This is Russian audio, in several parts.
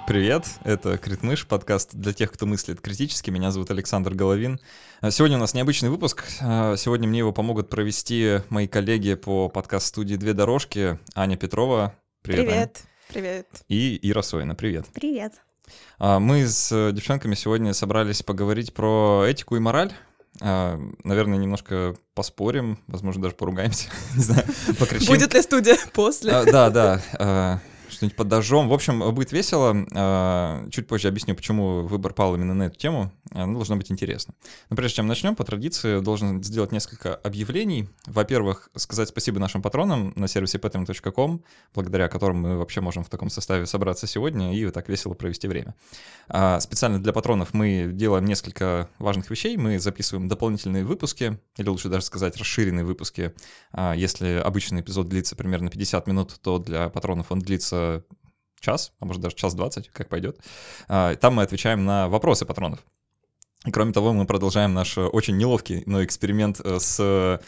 Привет, это Критмыш, подкаст для тех, кто мыслит критически. Меня зовут Александр Головин. Сегодня у нас необычный выпуск. Сегодня мне его помогут провести мои коллеги по подкаст-студии «Две дорожки». Аня Петрова. Привет, привет, Аня. Привет. И Ира Сойна. Привет. Привет. Мы с девчонками сегодня собрались поговорить про этику и мораль. Наверное, немножко поспорим, возможно, даже поругаемся, не знаю, покричим. Будет ли студия после? Да. Что-нибудь подожжем. В общем, будет весело. Чуть позже объясню, почему выбор пал именно на эту тему. Оно должно быть интересно. Но прежде чем начнем, по традиции должен сделать несколько объявлений. Во-первых, сказать спасибо нашим патронам на сервисе patreon.com, благодаря которым мы вообще можем в таком составе собраться сегодня и так весело провести время. Специально для патронов мы делаем несколько важных вещей. Мы записываем дополнительные выпуски, или лучше даже сказать расширенные выпуски. Если обычный эпизод длится примерно 50 минут, то для патронов он длится час, а может даже час 20, как пойдет. Там мы отвечаем на вопросы патронов. И кроме того, мы продолжаем наш очень неловкий, но эксперимент с,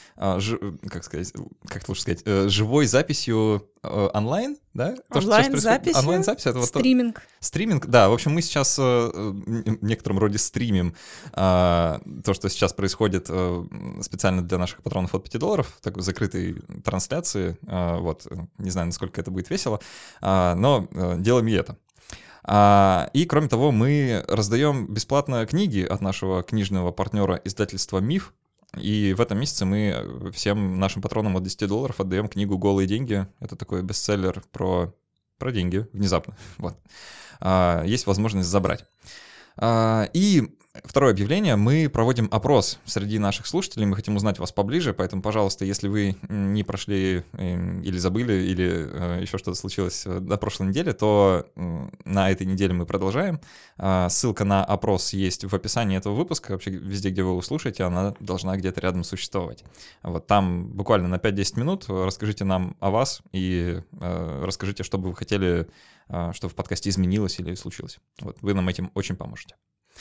живой записью онлайн, да? Онлайн-запись? Онлайн-запись — это вот стриминг. Стриминг, да. В общем, мы сейчас в некотором роде стримим то, что сейчас происходит специально для наших патронов от $5, в такой закрытой трансляции. Вот, не знаю, насколько это будет весело, но делаем и это. И, кроме того, мы раздаем бесплатно книги от нашего книжного партнера издательства «Миф». И в этом месяце мы всем нашим патронам от $10 отдаем книгу «Голые деньги». Это такой бестселлер про деньги внезапно. Вот. Есть возможность забрать. И второе объявление. Мы проводим опрос среди наших слушателей. Мы хотим узнать вас поближе, поэтому, пожалуйста, если вы не прошли или забыли, или еще что-то случилось на прошлой неделе, то на этой неделе мы продолжаем. Ссылка на опрос есть в описании этого выпуска. Вообще везде, где вы его слушаете, она должна где-то рядом существовать. Вот там буквально на 5-10 минут расскажите нам о вас и расскажите, что бы вы хотели, что в подкасте изменилось или случилось. Вот, вы нам этим очень поможете.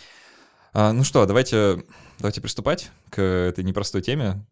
Ну что, давайте приступать к этой непростой теме.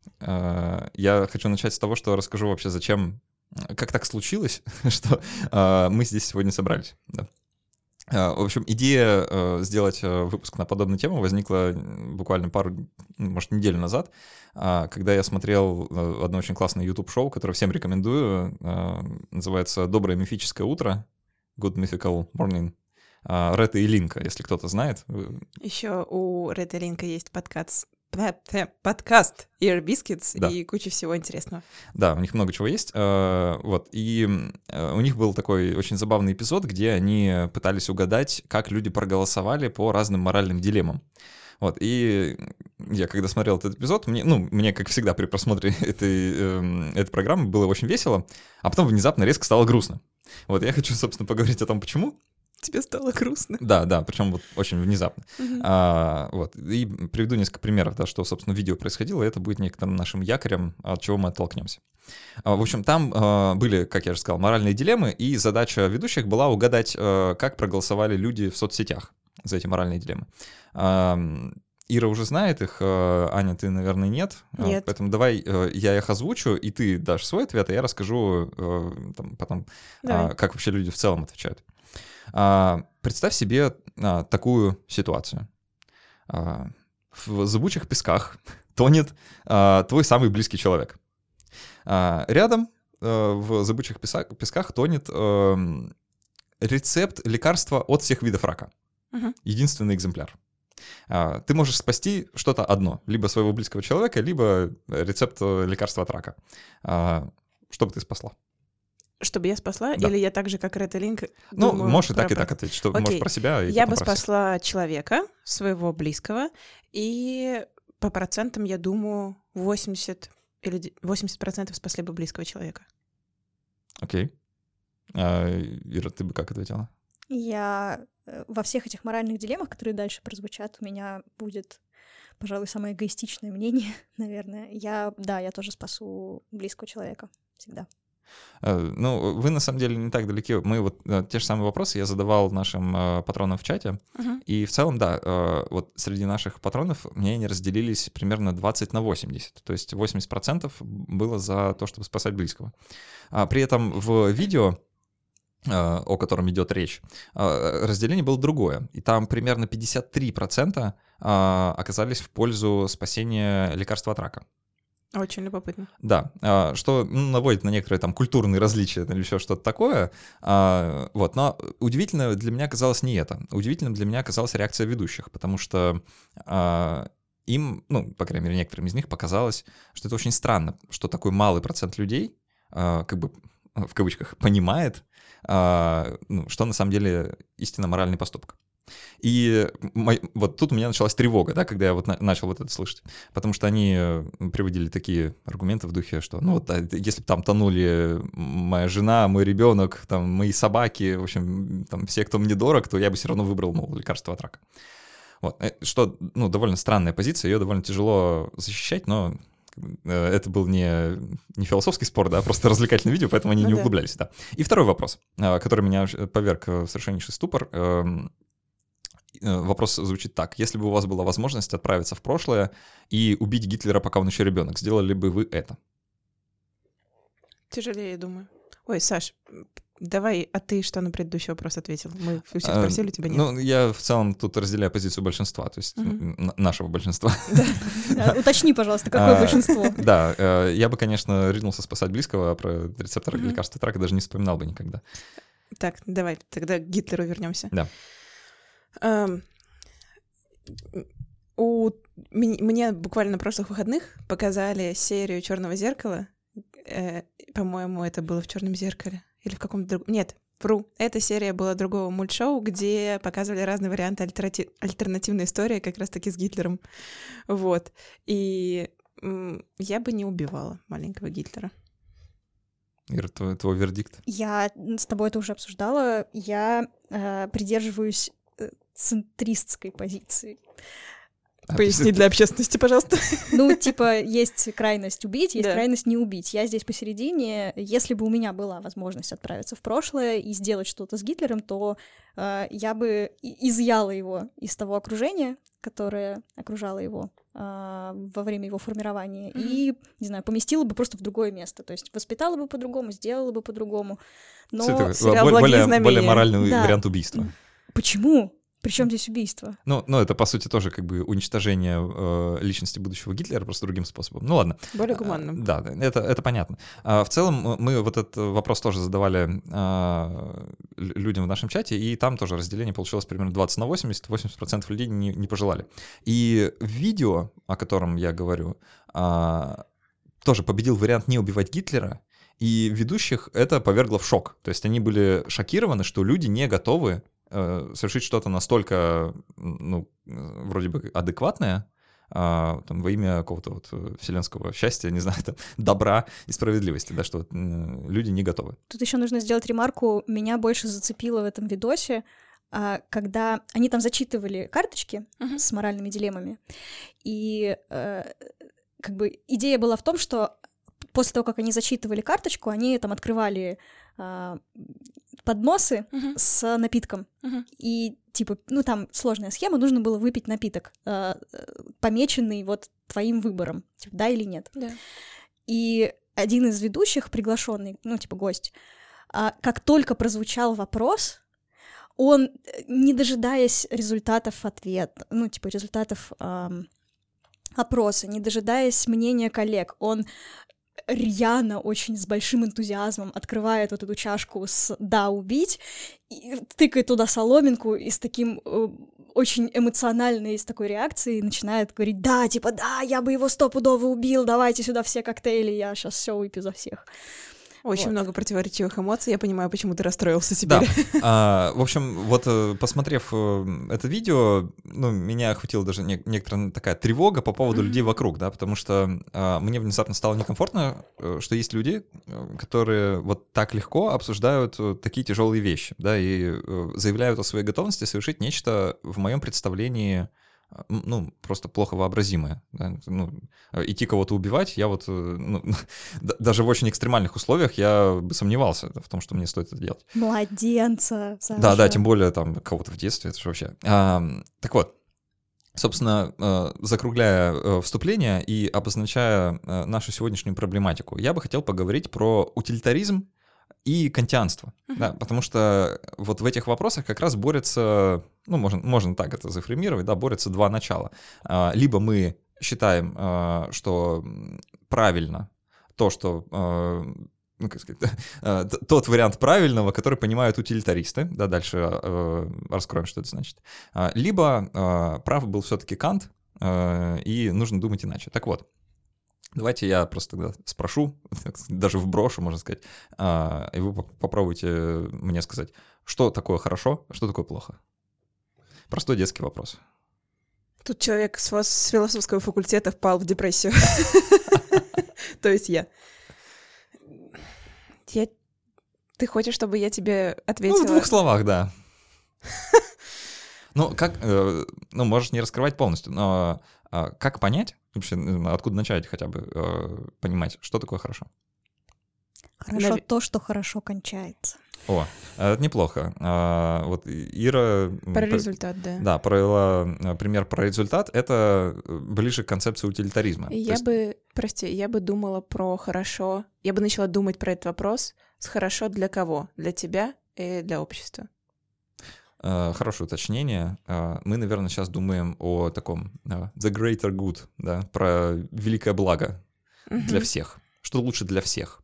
Я хочу начать с того, что расскажу вообще, как так случилось, что мы здесь сегодня собрались. Да. В общем, идея сделать выпуск на подобную тему возникла буквально может, неделю назад, когда я смотрел одно очень классное YouTube-шоу, которое всем рекомендую. Называется «Доброе мифическое утро», Good Mythical Morning. Ретта и Линка, если кто-то знает. Еще у Ретта и Линка есть подкаст Ear Biscuits, да. И куча всего интересного. Да, у них много чего есть. Вот. И у них был такой очень забавный эпизод, где они пытались угадать, как люди проголосовали по разным моральным дилеммам. Вот, и я когда смотрел этот эпизод, мне как всегда при просмотре этой программы было очень весело, а потом внезапно резко стало грустно. Вот, я хочу, собственно, поговорить о том, почему. Тебе стало грустно. Да, причем вот очень внезапно. Вот. И приведу несколько примеров, да, что, собственно, в видео происходило, и это будет некоторым нашим якорем, от чего мы оттолкнемся. В общем, там были, как я уже сказал, моральные дилеммы, и задача ведущих была угадать, как проголосовали люди в соцсетях за эти моральные дилеммы. Ира уже знает их, Аня, ты, наверное, нет. Нет. Поэтому давай я их озвучу, и ты дашь свой ответ, а я расскажу потом, как вообще люди в целом отвечают. Представь себе такую ситуацию. В зыбучих песках тонет твой самый близкий человек. Рядом в зыбучих песках тонет рецепт лекарства от всех видов рака. Единственный экземпляр. Ты можешь спасти что-то одно. Либо своего близкого человека, либо рецепт лекарства от рака. Что бы ты спасла? Чтобы я спасла? Да. Или я так же, как Ретта и Линк, можешь и так ответить, что можешь про себя. И я бы спасла человека, своего близкого, и по процентам, я думаю, 80% спасли бы близкого человека. Окей. Ира, ты бы как ответила? Я во всех этих моральных дилеммах, которые дальше прозвучат, у меня будет, пожалуй, самое эгоистичное мнение, наверное. Я тоже спасу близкого человека всегда. Вы на самом деле не так далеки. Мы вот те же самые вопросы я задавал нашим патронам в чате. И в целом, да, вот среди наших патронов мнения разделились примерно 20/80. То есть 80% было за то, чтобы спасать близкого. При этом в видео о котором идет речь, разделение было другое. И там примерно 53% оказались в пользу спасения лекарства от рака. Очень любопытно. Да, что наводит на некоторые там культурные различия или еще что-то такое. Вот, но удивительно для меня оказалось не это. Удивительным для меня оказалась реакция ведущих, потому что им, ну, по крайней мере, некоторым из них показалось, что это очень странно, что такой малый процент людей, как бы в кавычках, понимает, что на самом деле истинно моральный поступок. И вот тут у меня началась тревога, да, когда я вот начал вот это слышать, потому что они приводили такие аргументы в духе, что, ну, вот, если бы там тонули моя жена, мой ребенок, там, мои собаки, в общем, там, все, кто мне дорог, то я бы все равно выбрал, мол, лекарство от рака. Вот, что, ну, довольно странная позиция, ее довольно тяжело защищать, но это был не философский спор, да, а просто развлекательное видео, поэтому они не углублялись, да. И второй вопрос, который меня поверг в совершеннейший ступор. Вопрос звучит так. Если бы у вас была возможность отправиться в прошлое и убить Гитлера, пока он еще ребенок, сделали бы вы это? Тяжелее, я думаю. Ой, Саш, давай, а ты что на предыдущий вопрос ответил? Мы все спросили, у тебя нет. Ну, я в целом тут разделяю позицию большинства, то есть нашего большинства. Уточни, пожалуйста, какое большинство. Да, я бы, конечно, ринулся спасать близкого, а про рецептор лекарства от рака даже не вспоминал бы никогда. Так, давай, тогда к Гитлеру вернемся. Да. Мне буквально на прошлых выходных показали серию «Черного зеркала». По-моему, это было в «Черном зеркале». Или в каком-то другом... Нет, вру. Эта серия была другого мультшоу, где показывали разные варианты альтернативной истории как раз-таки с Гитлером. Вот. И я бы не убивала маленького Гитлера. Ира, твой вердикт? Я с тобой это уже обсуждала. Я придерживаюсь центристской позиции. Поясни для общественности, пожалуйста. Ну, типа, есть крайность убить, есть крайность не убить. Я здесь посередине. Если бы у меня была возможность отправиться в прошлое и сделать что-то с Гитлером, то я бы изъяла его из того окружения, которое окружало его во время его формирования, и, не знаю, поместила бы просто в другое место. То есть воспитала бы по-другому, сделала бы по-другому. Но более моральный вариант убийства. Почему? Причем здесь убийство? Ну, это, по сути, тоже как бы уничтожение личности будущего Гитлера, просто другим способом. Ну, ладно. Более гуманным. Да, это понятно. В целом, мы вот этот вопрос тоже задавали людям в нашем чате, и там тоже разделение получилось примерно 20 на 80, 80% людей не пожелали. И в видео, о котором я говорю, тоже победил вариант не убивать Гитлера, и ведущих это повергло в шок. То есть они были шокированы, что люди не готовы совершить что-то настолько, ну, вроде бы адекватное, там, во имя какого-то вот вселенского счастья, не знаю, там, добра и справедливости, да, что люди не готовы. Тут еще нужно сделать ремарку. Меня больше зацепило в этом видосе, когда они там зачитывали карточки с моральными дилеммами, и как бы идея была в том, что после того, как они зачитывали карточку, они там открывали подносы с напитком. И, типа, ну, там сложная схема, нужно было выпить напиток, помеченный вот твоим выбором, типа, да или нет. Да. И один из ведущих, приглашенный, ну, типа, гость, как только прозвучал вопрос, он, не дожидаясь результатов ответа, ну, типа, результатов опроса, не дожидаясь мнения коллег, он рьяно, очень с большим энтузиазмом открывает вот эту чашку с «да, убить», и тыкает туда соломинку и с таким очень эмоциональной, с такой реакцией начинает говорить «да, типа, да, я бы его стопудово убил, давайте сюда все коктейли, я сейчас все выпью за всех». Очень много противоречивых эмоций, я понимаю, почему ты расстроился теперь. Да. В общем, вот посмотрев это видео, ну, меня охватила даже некоторая такая тревога по поводу людей вокруг, да, потому что мне внезапно стало некомфортно, что есть люди, которые вот так легко обсуждают такие тяжелые вещи, да, и заявляют о своей готовности совершить нечто в моем представлении, ну, просто плохо вообразимое. Да? Ну, идти кого-то убивать, я вот, ну, даже в очень экстремальных условиях я бы сомневался в том, что мне стоит это делать. Младенца, Саша. Да, тем более там кого-то в детстве, это же вообще. Так вот, собственно, закругляя вступление и обозначая нашу сегодняшнюю проблематику, я бы хотел поговорить про утилитаризм и кантианство. Да, потому что вот в этих вопросах как раз борются, ну, можно так это зафреймировать, да, борются два начала. Либо мы считаем, что правильно то, что... ну, как сказать, тот вариант правильного, который понимают утилитаристы, да, дальше раскроем, что это значит. Либо прав был все-таки Кант, и нужно думать иначе. Так вот, давайте я просто тогда спрошу, даже вброшу, можно сказать, и вы попробуйте мне сказать, что такое хорошо, что такое плохо. Простой детский вопрос. Тут человек с философского факультета впал в депрессию. То есть я. Ты хочешь, чтобы я тебе ответила? Ну, в 2 словах, да. Ну, как... Ну, можешь не раскрывать полностью, но как понять, вообще, откуда начать хотя бы понимать, что такое хорошо? Хорошо то, что хорошо кончается. О, это неплохо. Вот Ира... Про результат, да. Да, провела пример про результат. Это ближе к концепции утилитаризма. Я бы думала про хорошо... Я бы начала думать про этот вопрос с хорошо для кого? Для тебя и для общества. Хорошее уточнение. Мы, наверное, сейчас думаем о таком the greater good, да, про великое благо для всех. Что лучше для всех?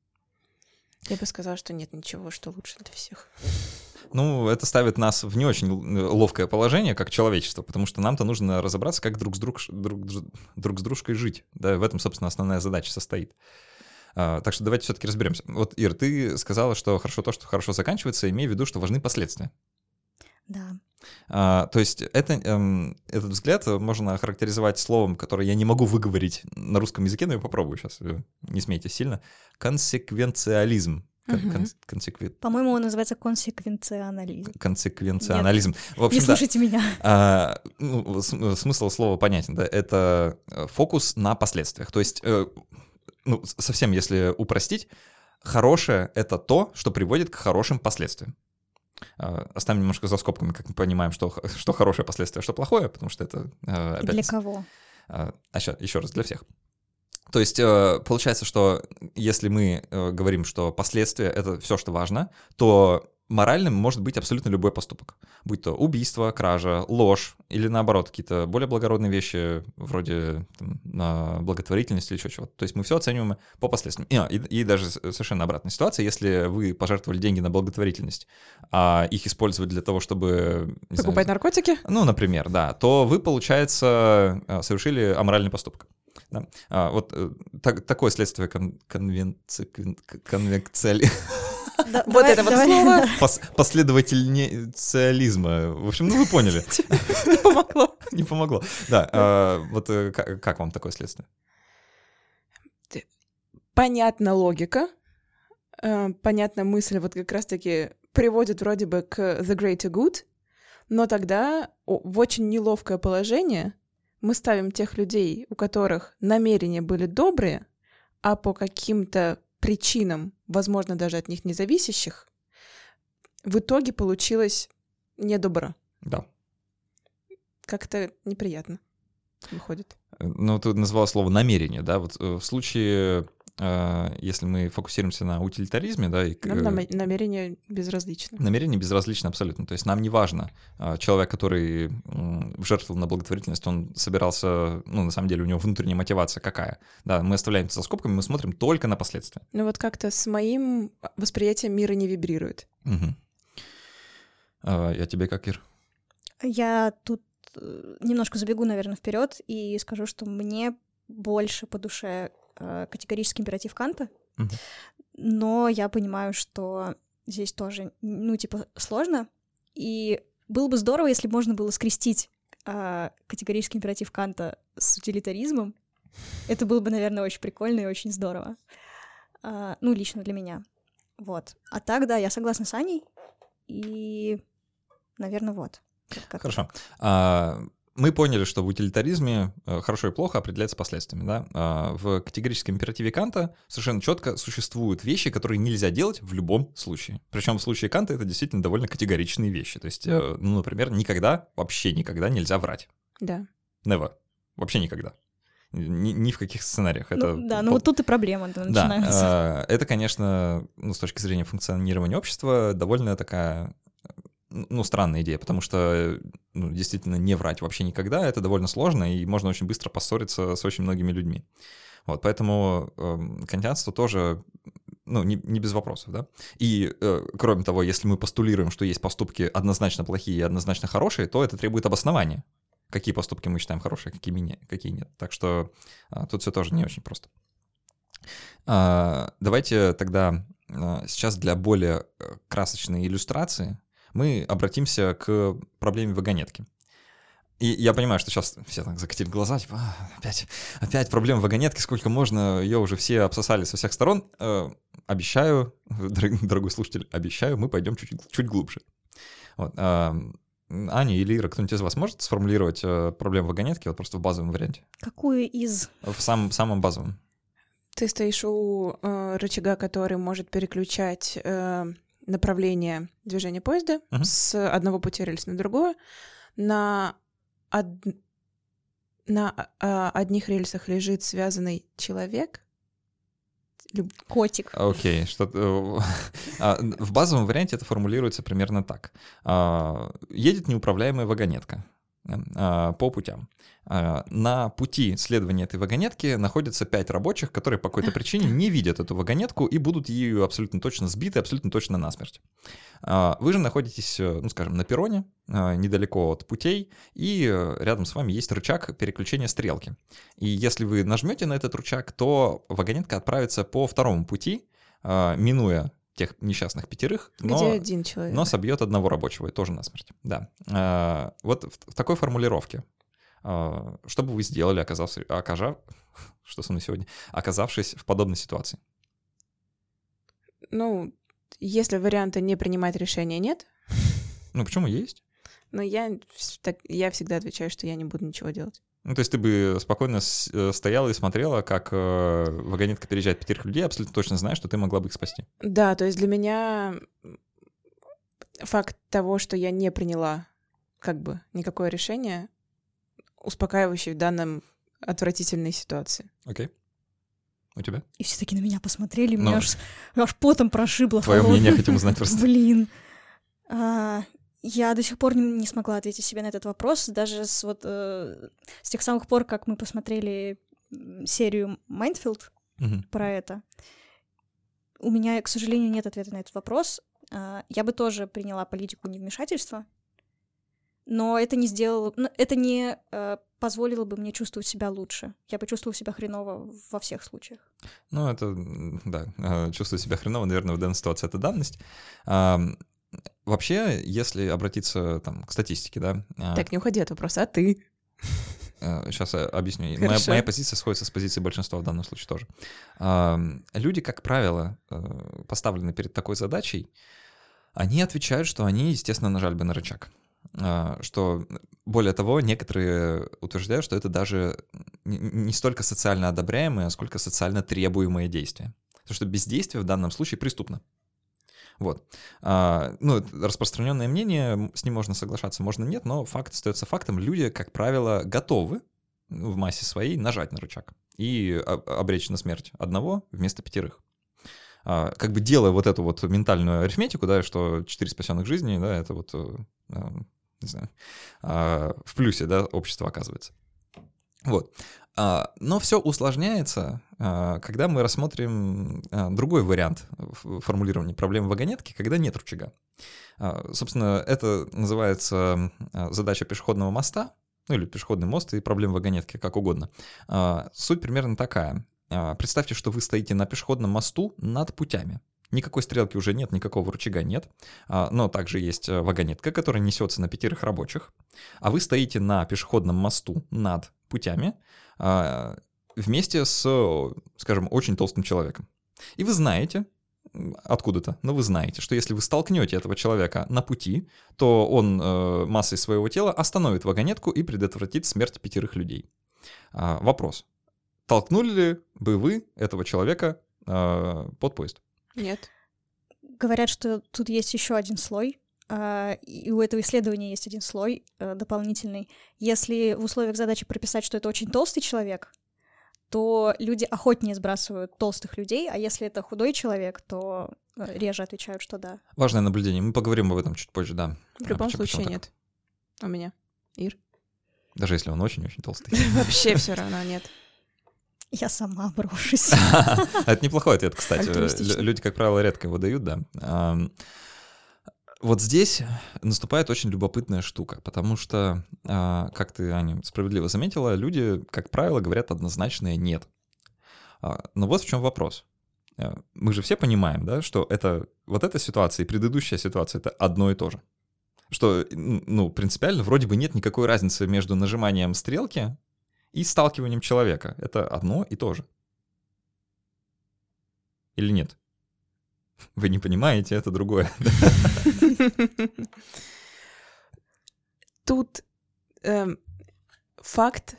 Я бы сказала, что нет ничего, что лучше для всех. Ну, это ставит нас в не очень ловкое положение, как человечество, потому что нам-то нужно разобраться, как друг с дружкой жить. Да, в этом, собственно, основная задача состоит. Так что давайте все-таки разберемся. Вот, Ир, ты сказала, что хорошо то, что хорошо заканчивается, имея в виду, что важны последствия. Да. То есть этот взгляд можно охарактеризовать словом, которое я не могу выговорить на русском языке, но я попробую сейчас, не смейтесь сильно. Консеквенциализм. По-моему, он называется консеквенционализм. Консеквенционализм. Нет, в общем, не слушайте меня. Смысл слова понятен, да? Это фокус на последствиях. То есть, совсем если упростить, хорошее — это то, что приводит к хорошим последствиям. Оставим немножко за скобками, как мы понимаем, что хорошее последствие, что плохое, потому что это... И для кого? Сейчас, еще раз, для всех. То есть получается, что если мы говорим, что последствия — это все, что важно, то моральным может быть абсолютно любой поступок. Будь то убийство, кража, ложь или, наоборот, какие-то более благородные вещи, вроде благотворительности или еще чего-то. То есть мы все оцениваем по последствиям. И даже совершенно обратная ситуация. Если вы пожертвовали деньги на благотворительность, а их использовать для того, чтобы... Покупать наркотики? Ну, например, да. То вы, получается, совершили аморальный поступок. Да? Вот такое следствие конвенциали... Вот это вот слово. Последовательнициализма. В общем, вы поняли. Не помогло. Не помогло. Да, вот как вам такое следствие? Понятна логика, понятна мысль, вот как раз-таки приводит вроде бы к the greater good, но тогда в очень неловкое положение мы ставим тех людей, у которых намерения были добрые, а по каким-то причинам, возможно, даже от них независящих, в итоге получилось недобро. Да. Как-то неприятно выходит. Ну, ты назвала слово «намерение», да? Вот в случае, если мы фокусируемся на утилитаризме, да... Нам намерение безразлично. Намерение безразлично абсолютно. То есть нам не важно, человек, который жертвовал на благотворительность, он собирался... Ну, на самом деле, у него внутренняя мотивация какая? Да, мы оставляем это за скобками, мы смотрим только на последствия. Ну, вот как-то с моим восприятием мира не вибрирует. Угу. Я тебе как, Ир? Я тут немножко забегу, наверное, вперед и скажу, что мне больше по душе категорический императив Канта, но я понимаю, что здесь тоже, сложно, и было бы здорово, если можно было скрестить категорический императив Канта с утилитаризмом. Это было бы, наверное, очень прикольно и очень здорово. Лично для меня. Вот. А так, да, я согласна с Аней, и, наверное, вот. Хорошо. Мы поняли, что в утилитаризме хорошо и плохо определяется последствиями. Да? В категорическом императиве Канта совершенно четко существуют вещи, которые нельзя делать в любом случае. Причем в случае Канта это действительно довольно категоричные вещи. То есть, например, вообще никогда нельзя врать. Да. Never. Вообще никогда. Ни в каких сценариях. Вот тут и проблема начинается. Да, это, конечно, с точки зрения функционирования общества довольно такая, странная идея, потому что действительно не врать вообще никогда — это довольно сложно, и можно очень быстро поссориться с очень многими людьми. Вот, поэтому кантианство тоже, не без вопросов, да. И, кроме того, если мы постулируем, что есть поступки однозначно плохие и однозначно хорошие, то это требует обоснования. Какие поступки мы считаем хорошие, какие нет. Так что тут все тоже не очень просто. Давайте тогда сейчас для более красочной иллюстрации мы обратимся к проблеме вагонетки. И я понимаю, что сейчас все так закатили глаза, типа, опять проблема вагонетки, сколько можно, ее уже все обсосали со всех сторон. Обещаю, дорогой слушатель, мы пойдем чуть глубже. Вот. Аня или Ира, кто-нибудь из вас может сформулировать проблему вагонетки вот просто в базовом варианте? Какую из? В самом базовом. Ты стоишь у рычага, который может переключать направление движения поезда с одного пути рельс на другое. На одних рельсах лежит связанный человек. Котик. Окей. В базовом варианте это формулируется примерно так. Едет неуправляемая вагонетка по путям. На пути следования этой вагонетки находятся 5 рабочих, которые по какой-то причине не видят эту вагонетку и будут ею абсолютно точно сбиты, абсолютно точно насмерть. Вы же находитесь, скажем, на перроне, недалеко от путей, и рядом с вами есть рычаг переключения стрелки. И если вы нажмете на этот рычаг, то вагонетка отправится по второму пути, минуя тех несчастных 5, где один человек, но собьет одного рабочего, и тоже насмерть. Да. Вот в такой формулировке. Что бы вы сделали, оказавшись в подобной ситуации? Если варианта не принимать решения нет. Почему есть? Но я всегда отвечаю, что я не буду ничего делать. То есть ты бы спокойно стояла и смотрела, как вагонетка переезжает 5 людей, абсолютно точно зная, что ты могла бы их спасти. Да, то есть для меня факт того, что я не приняла никакое решение, успокаивающий в данном отвратительной ситуации. Окей. У тебя? И все таки на меня посмотрели, меня аж потом прошибло. Твое мнение хотим узнать просто. Блин. Я до сих пор не смогла ответить себе на этот вопрос, даже с тех самых пор, как мы посмотрели серию «Майндфилд» про это. У меня, к сожалению, нет ответа на этот вопрос. Я бы тоже приняла политику невмешательства, но это не позволило бы мне чувствовать себя лучше. Я бы чувствовала себя хреново во всех случаях. Чувствовать себя хреново, наверное, в данной ситуации — это данность. Вообще, если обратиться к статистике, да... Так, не уходи от вопроса, а ты? Сейчас я объясню. Хорошо. Моя позиция сходится с позицией большинства в данном случае тоже. Люди, как правило, поставлены перед такой задачей, они отвечают, что они, естественно, нажали бы на рычаг. Что, более того, некоторые утверждают, что это даже не столько социально одобряемое, сколько социально требуемое действие. Потому что бездействие в данном случае преступно. Вот. Распространенное мнение, с ним можно соглашаться, можно нет, но факт остается фактом. Люди, как правило, готовы в массе своей нажать на рычаг и обречь на смерть одного вместо 5. Делая вот эту вот ментальную арифметику, да, что 4 спасенных жизни, да, это не знаю, в плюсе, да, общество оказывается. Вот. Но все усложняется, когда мы рассмотрим другой вариант формулирования проблемы вагонетки, когда нет рычага. Собственно, это называется задача пешеходного моста, или пешеходный мост и проблема вагонетки, как угодно. Суть примерно такая. Представьте, что вы стоите на пешеходном мосту над путями. Никакой стрелки уже нет, никакого рычага нет, но также есть вагонетка, которая несется на 5 рабочих, а вы стоите на пешеходном мосту над путями вместе с, скажем, очень толстым человеком. И вы знаете, откуда-то, но вы знаете, что если вы столкнете этого человека на пути, то он массой своего тела остановит вагонетку и предотвратит смерть 5 людей. Вопрос. Толкнули ли бы вы этого человека под поезд? Нет. Говорят, что тут есть еще один слой, и у этого исследования есть один слой дополнительный. Если в условиях задачи прописать, что это очень толстый человек, то люди охотнее сбрасывают толстых людей, а если это худой человек, то реже отвечают, что да. Важное наблюдение. Мы поговорим об этом чуть позже, да. В любом случае нет. У меня. Ир? Даже если он очень-очень толстый. Вообще все равно нет. Я сама брошусь. Это неплохой ответ, кстати. Люди, как правило, редко его дают, да. Вот здесь наступает очень любопытная штука, потому что, как ты, Аня, справедливо заметила, люди, как правило, говорят однозначное «нет». Но вот в чем вопрос. Мы же все понимаем, да, что вот эта ситуация и предыдущая ситуация — это одно и то же. Что, принципиально вроде бы нет никакой разницы между нажиманием стрелки и сталкиванием человека. Это одно и то же. Или нет? Вы не понимаете, это другое. Тут факт...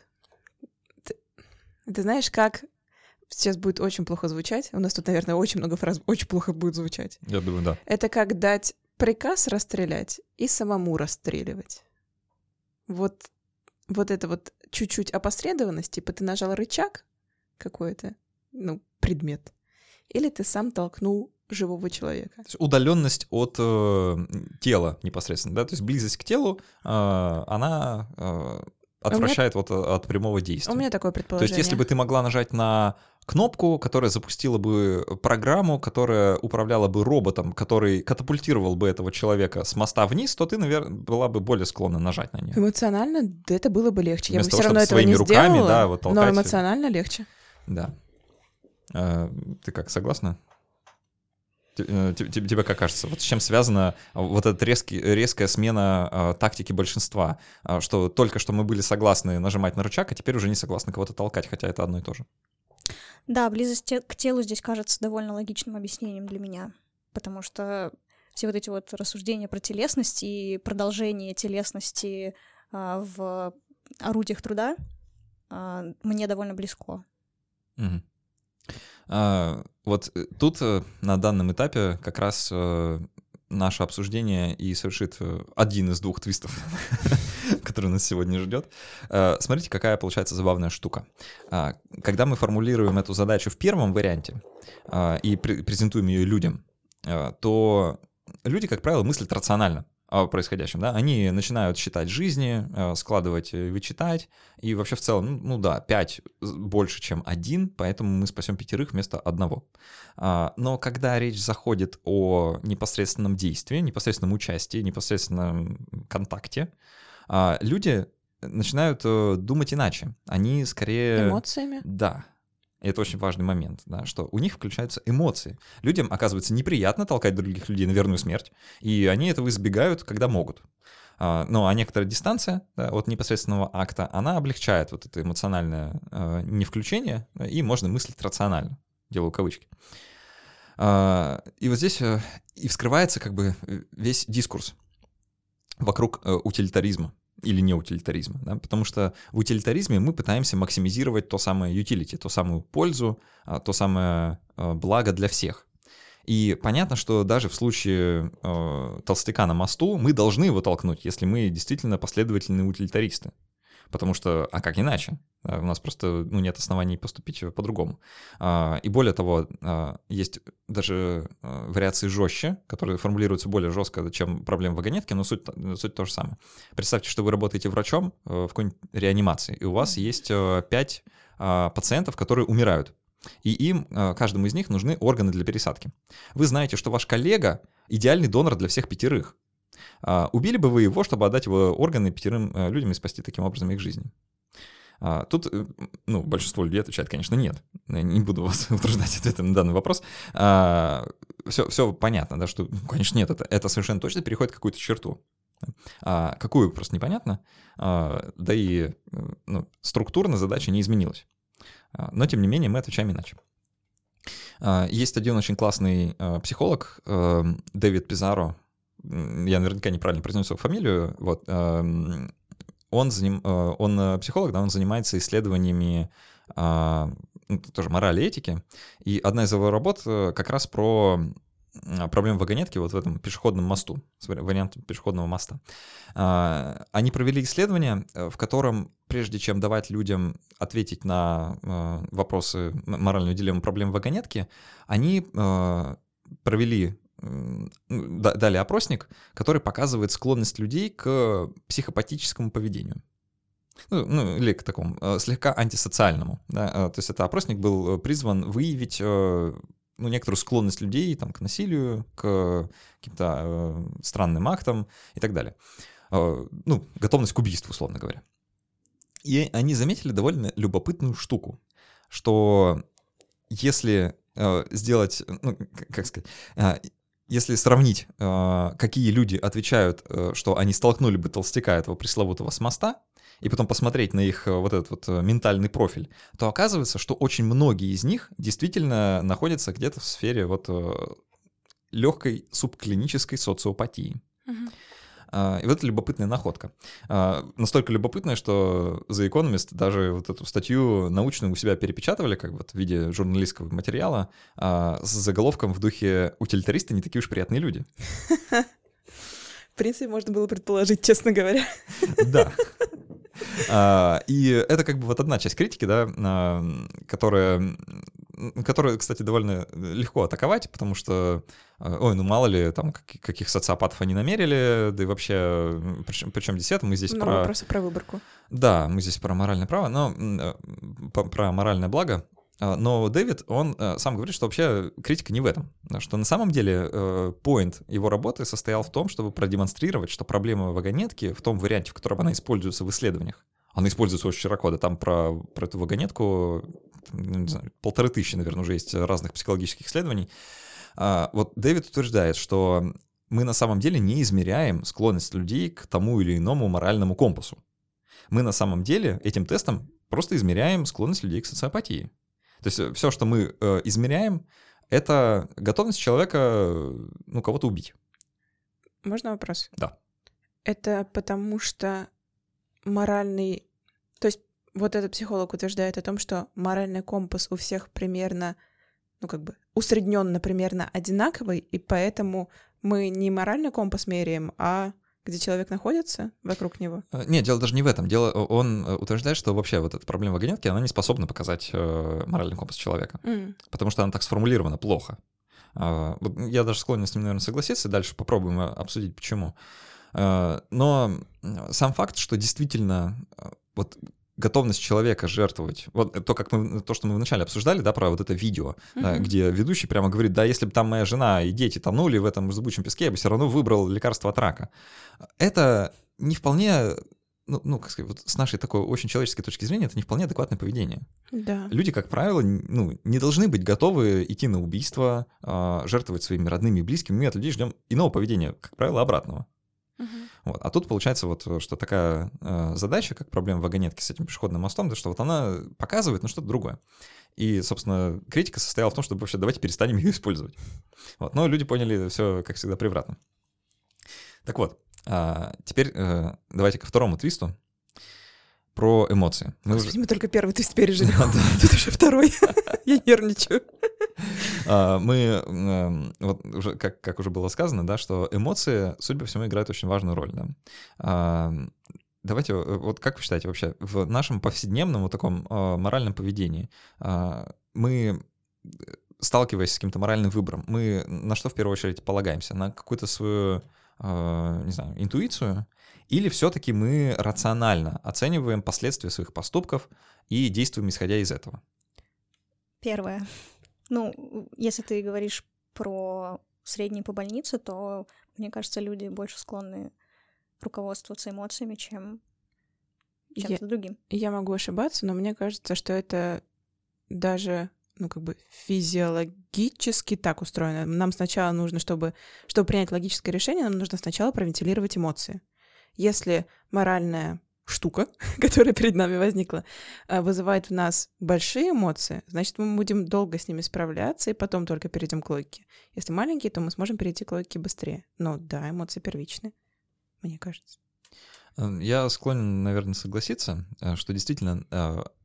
Ты знаешь, как... Сейчас будет очень плохо звучать. У нас тут, наверное, очень много фраз очень плохо будет звучать. Я думаю, да. Это как дать приказ расстрелять и самому расстреливать. Вот это вот чуть-чуть опосредованность, типа ты нажал рычаг какой-то, предмет, или ты сам толкнул живого человека. Удаленность от тела непосредственно, да, то есть близость к телу, она отвращает от прямого действия. У меня такое предположение. То есть если бы ты могла нажать на кнопку, которая запустила бы программу, которая управляла бы роботом, который катапультировал бы этого человека с моста вниз, то ты, наверное, была бы более склонна нажать на нее. Эмоционально это было бы легче. Я бы Вместо все того, равно этого своими не руками, сделала, да, вот толкать. но эмоционально легче. Да. Ты как, согласна? Тебе как кажется, вот с чем связана вот эта резкая смена тактики большинства, что только что мы были согласны нажимать на рычаг, а теперь уже не согласны кого-то толкать, хотя это одно и то же. Да, близость к телу здесь кажется довольно логичным объяснением для меня, потому что все вот эти вот рассуждения про телесность и продолжение телесности в орудиях труда мне довольно близко. Угу. Вот тут на данном этапе как раз наше обсуждение и совершит один из двух твистов, который нас сегодня ждет. Смотрите, какая получается забавная штука. Когда мы формулируем эту задачу в первом варианте и презентуем ее людям, то люди, как правило, мыслят рационально о происходящем, да, они начинают считать жизни, складывать, вычитать, и вообще в целом, 5 больше, чем 1, поэтому мы спасем 5 вместо 1. Но когда речь заходит о непосредственном действии, непосредственном участии, непосредственном контакте, люди начинают думать иначе. Они скорее... Эмоциями? Да. И это очень важный момент, да, что у них включаются эмоции. Людям, оказывается, неприятно толкать других людей на верную смерть, и они этого избегают, когда могут. А некоторая дистанция, да, от непосредственного акта, она облегчает вот это эмоциональное невключение, и можно мыслить рационально, делаю кавычки. И вот здесь и вскрывается как бы весь дискурс вокруг утилитаризма. Или не утилитаризма, да? Потому что в утилитаризме мы пытаемся максимизировать то самое utility, ту самую пользу, то самое благо для всех. И понятно, что даже в случае толстяка на мосту мы должны его толкнуть, если мы действительно последовательные утилитаристы. Потому что, а как иначе? У нас просто нет оснований поступить по-другому. И более того, есть даже вариации жестче, которые формулируются более жестко, чем проблема вагонетки, но суть то же самое. Представьте, что вы работаете врачом в какой-нибудь реанимации, и у вас есть 5 пациентов, которые умирают. И им, каждому из них, нужны органы для пересадки. Вы знаете, что ваш коллега — идеальный донор для всех 5. Убили бы вы его, чтобы отдать его органы 5 людям и спасти таким образом их жизни? Тут, большинство людей отвечает, конечно, нет. Не буду вас утруждать ответом на данный вопрос. Все понятно, да, что, конечно, нет, это совершенно точно переходит какую-то черту. Какую, просто непонятно. Да и структурно задача не изменилась. Но, тем не менее, мы отвечаем иначе. Есть один очень классный психолог, Дэвид Пизаро. Я наверняка неправильно произнесу его фамилию. Вот. Он психолог, да, он занимается исследованиями тоже морали и этики. И одна из его работ как раз про проблем вагонетки вот в этом пешеходном мосту, с вариантом пешеходного моста. Они провели исследование, в котором, прежде чем давать людям ответить на вопросы, моральную дилемму проблем вагонетки, они дали опросник, который показывает склонность людей к психопатическому поведению. Или к такому слегка антисоциальному. Да? То есть это опросник был призван выявить некоторую склонность людей там, к насилию, к каким-то странным актам и так далее. Готовность к убийству, условно говоря. И они заметили довольно любопытную штуку, что если сделать, если сравнить, какие люди отвечают, что они столкнули бы толстяка этого пресловутого с моста, и потом посмотреть на их вот этот вот ментальный профиль, то оказывается, что очень многие из них действительно находятся где-то в сфере вот легкой субклинической социопатии. И вот это любопытная находка. Настолько любопытная, что The Economist даже вот эту статью научную у себя перепечатывали как вот в виде журналистского материала с заголовком в духе «Утилитаристы не такие уж приятные люди». В принципе, можно было предположить, честно говоря. Да. И это как бы вот одна часть критики, да, которую, кстати, довольно легко атаковать, потому что, мало ли, там, каких социопатов они намерили, да и вообще, причем здесь это, мы здесь про... вопросы про выборку. Да, мы здесь про моральное право, но про моральное благо. Но Дэвид, он сам говорит, что вообще критика не в этом, что на самом деле поинт его работы состоял в том, чтобы продемонстрировать, что проблема вагонетки в том варианте, в котором она используется в исследованиях, она используется очень широко, да, там про эту вагонетку, не знаю, 1500, наверное, уже есть разных психологических исследований. Вот Дэвид утверждает, что мы на самом деле не измеряем склонность людей к тому или иному моральному компасу. Мы на самом деле этим тестом просто измеряем склонность людей к социопатии. То есть все, что мы измеряем, это готовность человека, кого-то убить. Можно вопрос? Да. Это потому что моральный... То есть вот этот психолог утверждает о том, что моральный компас у всех примерно, усредненно примерно одинаковый, и поэтому мы не моральный компас меряем, а где человек находится вокруг него? Нет, дело даже не в этом. Он утверждает, что вообще вот эта проблема вагонетки, она не способна показать моральный компас человека, потому что она так сформулирована плохо. Я даже склонен с ним, наверное, согласиться, дальше попробуем обсудить, почему. Но сам факт, что действительно вот готовность человека жертвовать, вот то, что мы вначале обсуждали, да, про вот это видео, да, где ведущий прямо говорит, да, если бы там моя жена и дети тонули в этом зыбучем песке, я бы все равно выбрал лекарство от рака. Это не вполне, вот с нашей такой очень человеческой точки зрения, это не вполне адекватное поведение. Да. Люди, как правило, не должны быть готовы идти на убийство, жертвовать своими родными и близкими. Мы от людей ждем иного поведения, как правило, обратного. Вот. А тут получается вот, что такая задача, как проблема вагонетки с этим пешеходным мостом, да, что вот она показывает что-то другое. И, собственно, критика состояла в том, чтобы вообще давайте перестанем ее использовать. Вот. Но люди поняли все, как всегда, превратно. Так вот, теперь давайте ко второму твисту про эмоции. Мы только первый твист пережили. Тут уже второй. Я нервничаю. Мы, вот уже, как уже было сказано, да, что эмоции, судя по всему, играют очень важную роль. Да? Давайте, вот как вы считаете вообще, в нашем повседневном вот таком моральном поведении мы, сталкиваясь с каким-то моральным выбором, мы на что в первую очередь полагаемся? На какую-то свою, не знаю, интуицию? Или все-таки мы рационально оцениваем последствия своих поступков и действуем исходя из этого? Первое. Если ты говоришь про средние по больнице, то, мне кажется, люди больше склонны руководствоваться эмоциями, чем чем-то другим. Я могу ошибаться, но мне кажется, что это даже, физиологически так устроено. Нам сначала нужно, чтобы принять логическое решение, нам нужно сначала провентилировать эмоции. Если моральная штука, которая перед нами возникла, вызывает в нас большие эмоции, значит, мы будем долго с ними справляться и потом только перейдем к логике. Если маленькие, то мы сможем перейти к логике быстрее. Но да, эмоции первичны, мне кажется. Я склонен, наверное, согласиться, что действительно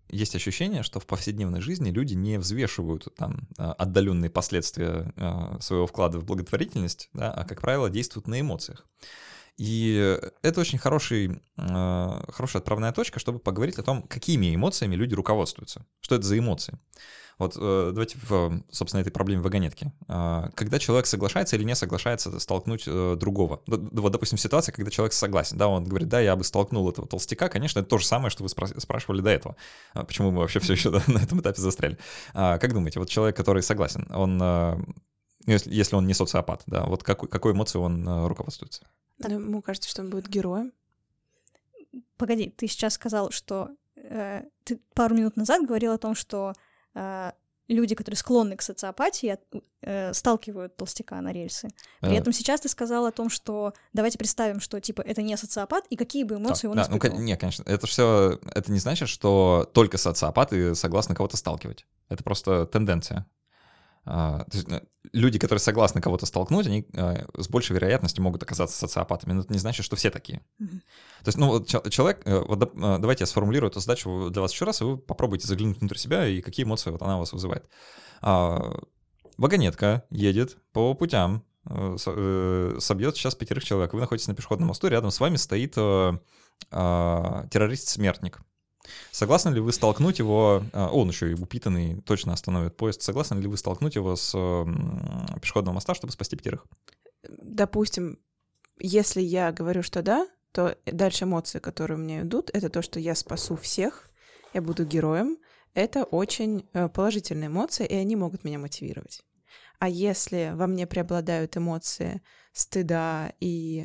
есть ощущение, что в повседневной жизни люди не взвешивают там отдаленные последствия своего вклада в благотворительность, да, а, как правило, действуют на эмоциях. И это очень хорошая отправная точка, чтобы поговорить о том, какими эмоциями люди руководствуются. Что это за эмоции? Вот давайте в, собственно, этой проблеме вагонетки. Когда человек соглашается или не соглашается столкнуть другого. Вот, допустим, ситуация, когда человек согласен, да, он говорит, да, я бы столкнул этого толстяка, конечно, это то же самое, что вы спрашивали до этого. Почему мы вообще все еще на этом этапе застряли? Как думаете, вот человек, который согласен, он, если он не социопат, да, вот какой эмоцией он руководствуется? Ему кажется, что он будет героем. Погоди, ты сейчас сказал, что... ты пару минут назад говорил о том, что люди, которые склонны к социопатии, сталкивают толстяка на рельсы. При этом сейчас ты сказал о том, что давайте представим, что типа это не социопат, и какие бы эмоции он испытывал. Ну, нет, конечно, это не значит, что только социопаты согласны кого-то сталкивать. Это просто тенденция. То есть люди, которые согласны кого-то столкнуть, они с большей вероятностью могут оказаться социопатами, но это не значит, что все такие. То есть, ну, вот человек, вот, давайте я сформулирую эту задачу для вас еще раз, и вы попробуйте заглянуть внутрь себя, и какие эмоции вот она у вас вызывает. Вагонетка едет по путям, собьет сейчас 5 человек, вы находитесь на пешеходном мосту, рядом с вами стоит террорист-смертник. Согласны ли вы столкнуть его, он еще и упитанный, точно остановит поезд, согласны ли вы столкнуть его с пешеходного моста, чтобы спасти 5? Допустим, если я говорю, что да, то дальше эмоции, которые у меня идут, это то, что я спасу всех, я буду героем. Это очень положительные эмоции, и они могут меня мотивировать. А если во мне преобладают эмоции стыда и,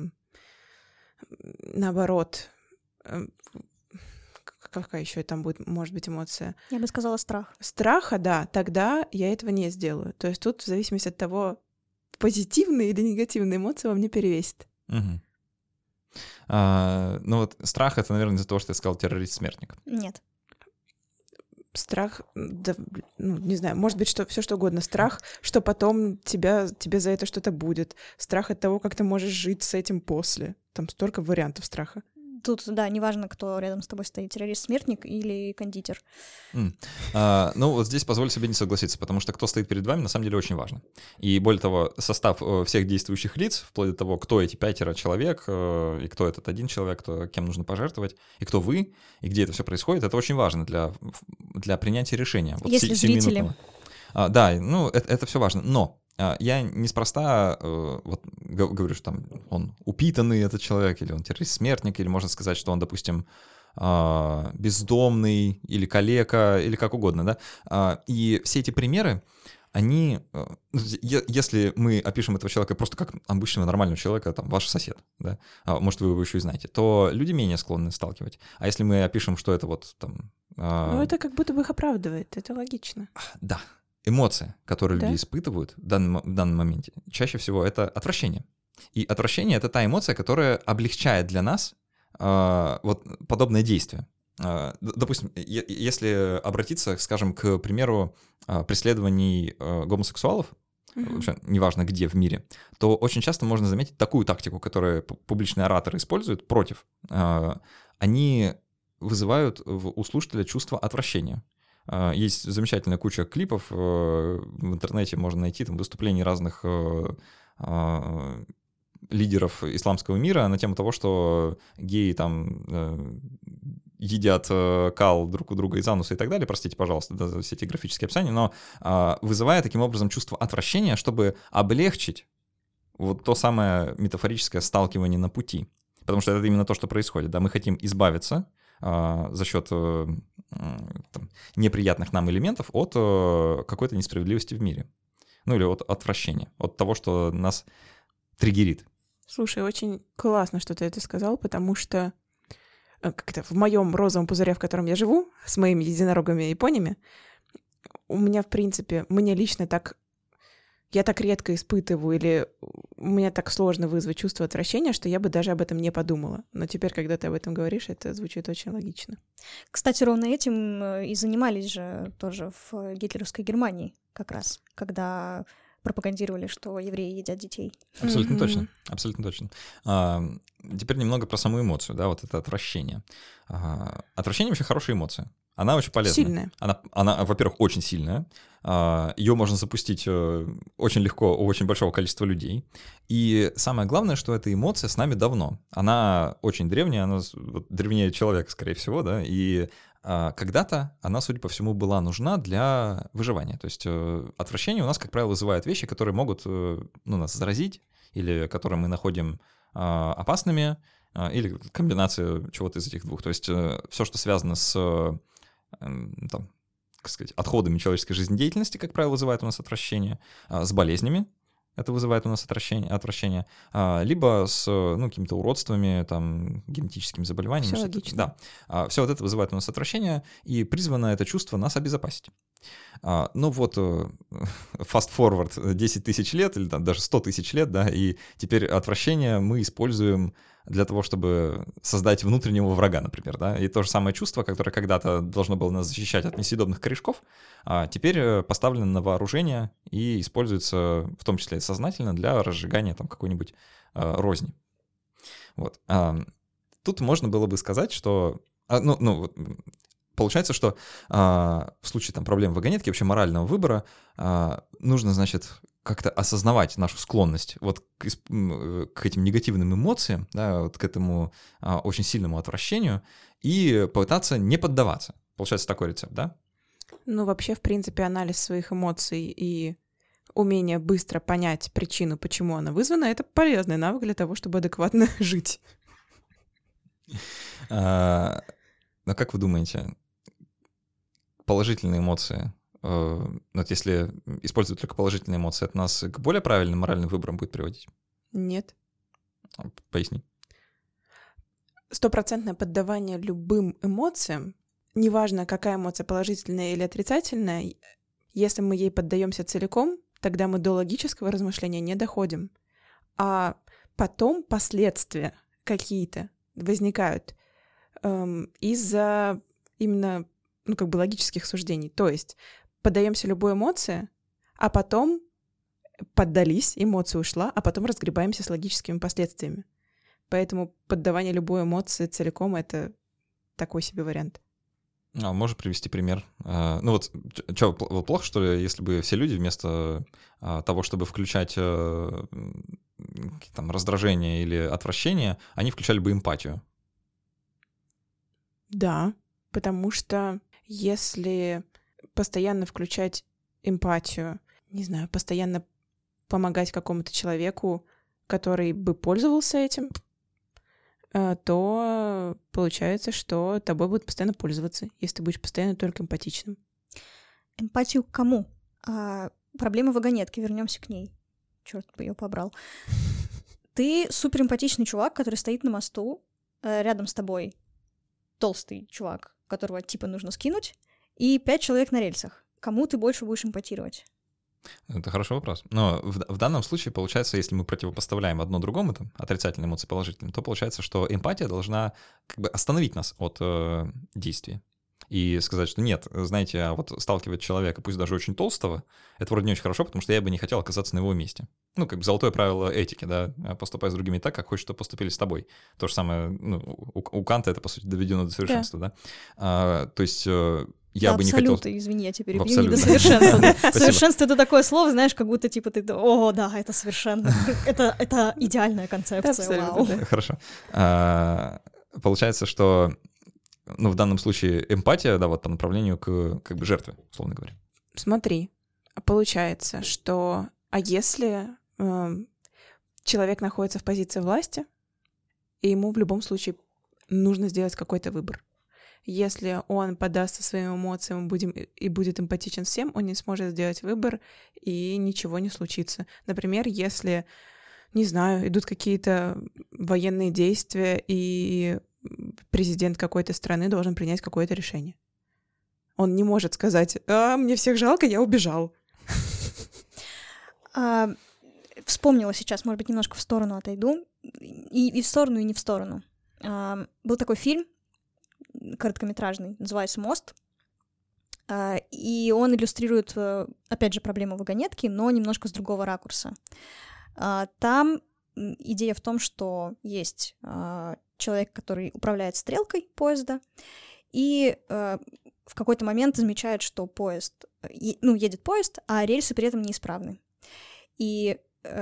наоборот, какая еще там будет, может быть, эмоция? Я бы сказала страх. Страха, да, тогда я этого не сделаю. То есть тут в зависимости от того, позитивные или негативные эмоции во мне перевесят. Угу. Ну вот страх — это, наверное, из-за того, что ты сказал террорист-смертник. Нет. Страх, да, ну, не знаю, может быть, что все что угодно. Страх, что потом тебе за это что-то будет. Страх от того, как ты можешь жить с этим после. Там столько вариантов страха. Тут, да, неважно, кто рядом с тобой стоит, террорист-смертник или кондитер. Ну, вот здесь позволю себе не согласиться, потому что кто стоит перед вами, на самом деле очень важно. И более того, состав всех действующих лиц, вплоть до того, кто эти 5 человек, и кто этот 1 человек, кем нужно пожертвовать, и кто вы, и где это все происходит, это очень важно для принятия решения. Вот если зрители. Да, ну, это все важно, но я неспроста вот говорю, что там он упитанный, этот человек, или он террорист-смертник, или можно сказать, что он, допустим, бездомный, или калека, или как угодно, да. И все эти примеры, они, если мы опишем этого человека просто как обычного нормального человека, там, ваш сосед, да, может, вы его еще и знаете, то люди менее склонны сталкивать. А если мы опишем, что это вот там... Ну, это как будто бы их оправдывает, это логично. Да. Эмоция, которую люди испытывают в данном моменте, чаще всего это отвращение. И отвращение — это та эмоция, которая облегчает для нас вот подобное действие. Допустим, если обратиться, скажем, к примеру преследований гомосексуалов, вообще, неважно где в мире, то очень часто можно заметить такую тактику, которую публичные ораторы используют против. Они вызывают у слушателя чувство отвращения. Есть замечательная куча клипов в интернете, можно найти там выступлений разных лидеров исламского мира на тему того, что геи там едят кал друг у друга из ануса и так далее, простите, пожалуйста, за все эти графические описания, но вызывая таким образом чувство отвращения, чтобы облегчить вот то самое метафорическое сталкивание на пути. Потому что это именно то, что происходит. Да? Мы хотим избавиться за счет неприятных нам элементов от какой-то несправедливости в мире. Ну или от отвращения, от того, что нас триггерит. Слушай, очень классно, что ты это сказал, потому что как-то в моем розовом пузыре, в котором я живу, с моими единорогами и понями, у меня, в принципе, мне лично так... Я так редко испытываю, или у меня так сложно вызвать чувство отвращения, что я бы даже об этом не подумала. Но теперь, когда ты об этом говоришь, это звучит очень логично. Кстати, ровно этим и занимались же тоже в гитлеровской Германии как раз, когда пропагандировали, что евреи едят детей. Абсолютно точно, абсолютно точно. Теперь немного про саму эмоцию, да, вот это отвращение. Отвращение вообще хорошая эмоция. Она очень полезная. Сильная. Она, во-первых, очень сильная. Ее можно запустить очень легко у очень большого количества людей. И самое главное, что эта эмоция с нами давно. Она очень древняя, она древнее человека, скорее всего, да, и когда-то она, судя по всему, была нужна для выживания. То есть отвращение у нас, как правило, вызывает вещи, которые могут нас заразить, или которые мы находим опасными, или комбинация чего-то из этих двух. То есть все, что связано с как сказать, отходами человеческой жизнедеятельности, как правило, вызывает у нас отвращение, с болезнями это вызывает у нас отвращение, либо с какими-то уродствами, там, генетическими заболеваниями. Все логично. Да, все вот это вызывает у нас отвращение, и призвано это чувство нас обезопасить. Ну вот, fast forward 10 тысяч лет, или там, даже 100 тысяч лет, да, и теперь отвращение мы используем для того, чтобы создать внутреннего врага, например, да, и то же самое чувство, которое когда-то должно было нас защищать от несъедобных корешков, теперь поставлено на вооружение и используется, в том числе и сознательно, для разжигания там какой-нибудь розни. Вот. Тут можно было бы сказать, что... Получается, что в случае там, проблем вагонетки, вообще морального выбора, нужно, значит, как-то осознавать нашу склонность вот к этим негативным эмоциям, да, вот к этому очень сильному отвращению, и пытаться не поддаваться. Получается такой рецепт, да? Ну, вообще, в принципе, анализ своих эмоций и умение быстро понять причину, почему она вызвана, это полезный навык для того, чтобы адекватно жить. Но как вы думаете, положительные эмоции, вот если использовать только положительные эмоции, это нас к более правильным моральным выборам будет приводить? Нет. Поясни. 100% поддавание любым эмоциям, неважно, какая эмоция, положительная или отрицательная, если мы ей поддаемся целиком, тогда мы до логического размышления не доходим. А потом последствия какие-то возникают из-за именно логических суждений. То есть поддаемся любой эмоции, а потом поддались, эмоция ушла, а потом разгребаемся с логическими последствиями. Поэтому поддавание любой эмоции целиком — это такой себе вариант. Можешь привести пример? Плохо, что ли, если бы все люди вместо того, чтобы включать там, раздражение или отвращение, они включали бы эмпатию? Да, потому что если постоянно включать эмпатию, не знаю, постоянно помогать какому-то человеку, который бы пользовался этим, то получается, что тобой будут постоянно пользоваться, если ты будешь постоянно только эмпатичным. Эмпатию к кому? Проблема вагонетки, вернемся к ней. Черт бы ее побрал. Ты суперэмпатичный чувак, который стоит на мосту, рядом с тобой толстый чувак, которого типа нужно скинуть, и 5 человек на рельсах. Кому ты больше будешь эмпатировать? Это хороший вопрос. Но в данном случае, получается, если мы противопоставляем одно другому, там, отрицательные эмоции положительным, то получается, что эмпатия должна как бы остановить нас от действий. И сказать, что нет, знаете, а вот сталкивать человека, пусть даже очень толстого, это вроде не очень хорошо, потому что я бы не хотел оказаться на его месте. Ну, как бы золотое правило этики, да, поступай с другими так, как хочешь, чтобы поступили с тобой. То же самое, у Канта это, по сути, доведено до совершенства, да. То есть я бы не хотел... Абсолютно, извини, я тебя перебью, не до совершенства. Совершенство — это такое слово, знаешь, как будто типа ты, о, да, это совершенно, это идеальная концепция, вау. Хорошо. Получается, что в данном случае эмпатия, да, вот по направлению к как бы жертве, условно говоря. Смотри, получается, что... А если человек находится в позиции власти, и ему в любом случае нужно сделать какой-то выбор. Если он поддастся своим эмоциям и будет эмпатичен всем, он не сможет сделать выбор, и ничего не случится. Например, если, не знаю, идут какие-то военные действия, и президент какой-то страны должен принять какое-то решение. Он не может сказать: мне всех жалко, я убежал. Вспомнила сейчас, может быть, немножко в сторону отойду. И в сторону, и не в сторону. Был такой фильм короткометражный, называется «Мост». И он иллюстрирует, опять же, проблему вагонетки, но немножко с другого ракурса. Там идея в том, что есть человек, который управляет стрелкой поезда, и в какой-то момент замечает, что едет поезд, а рельсы при этом неисправны. И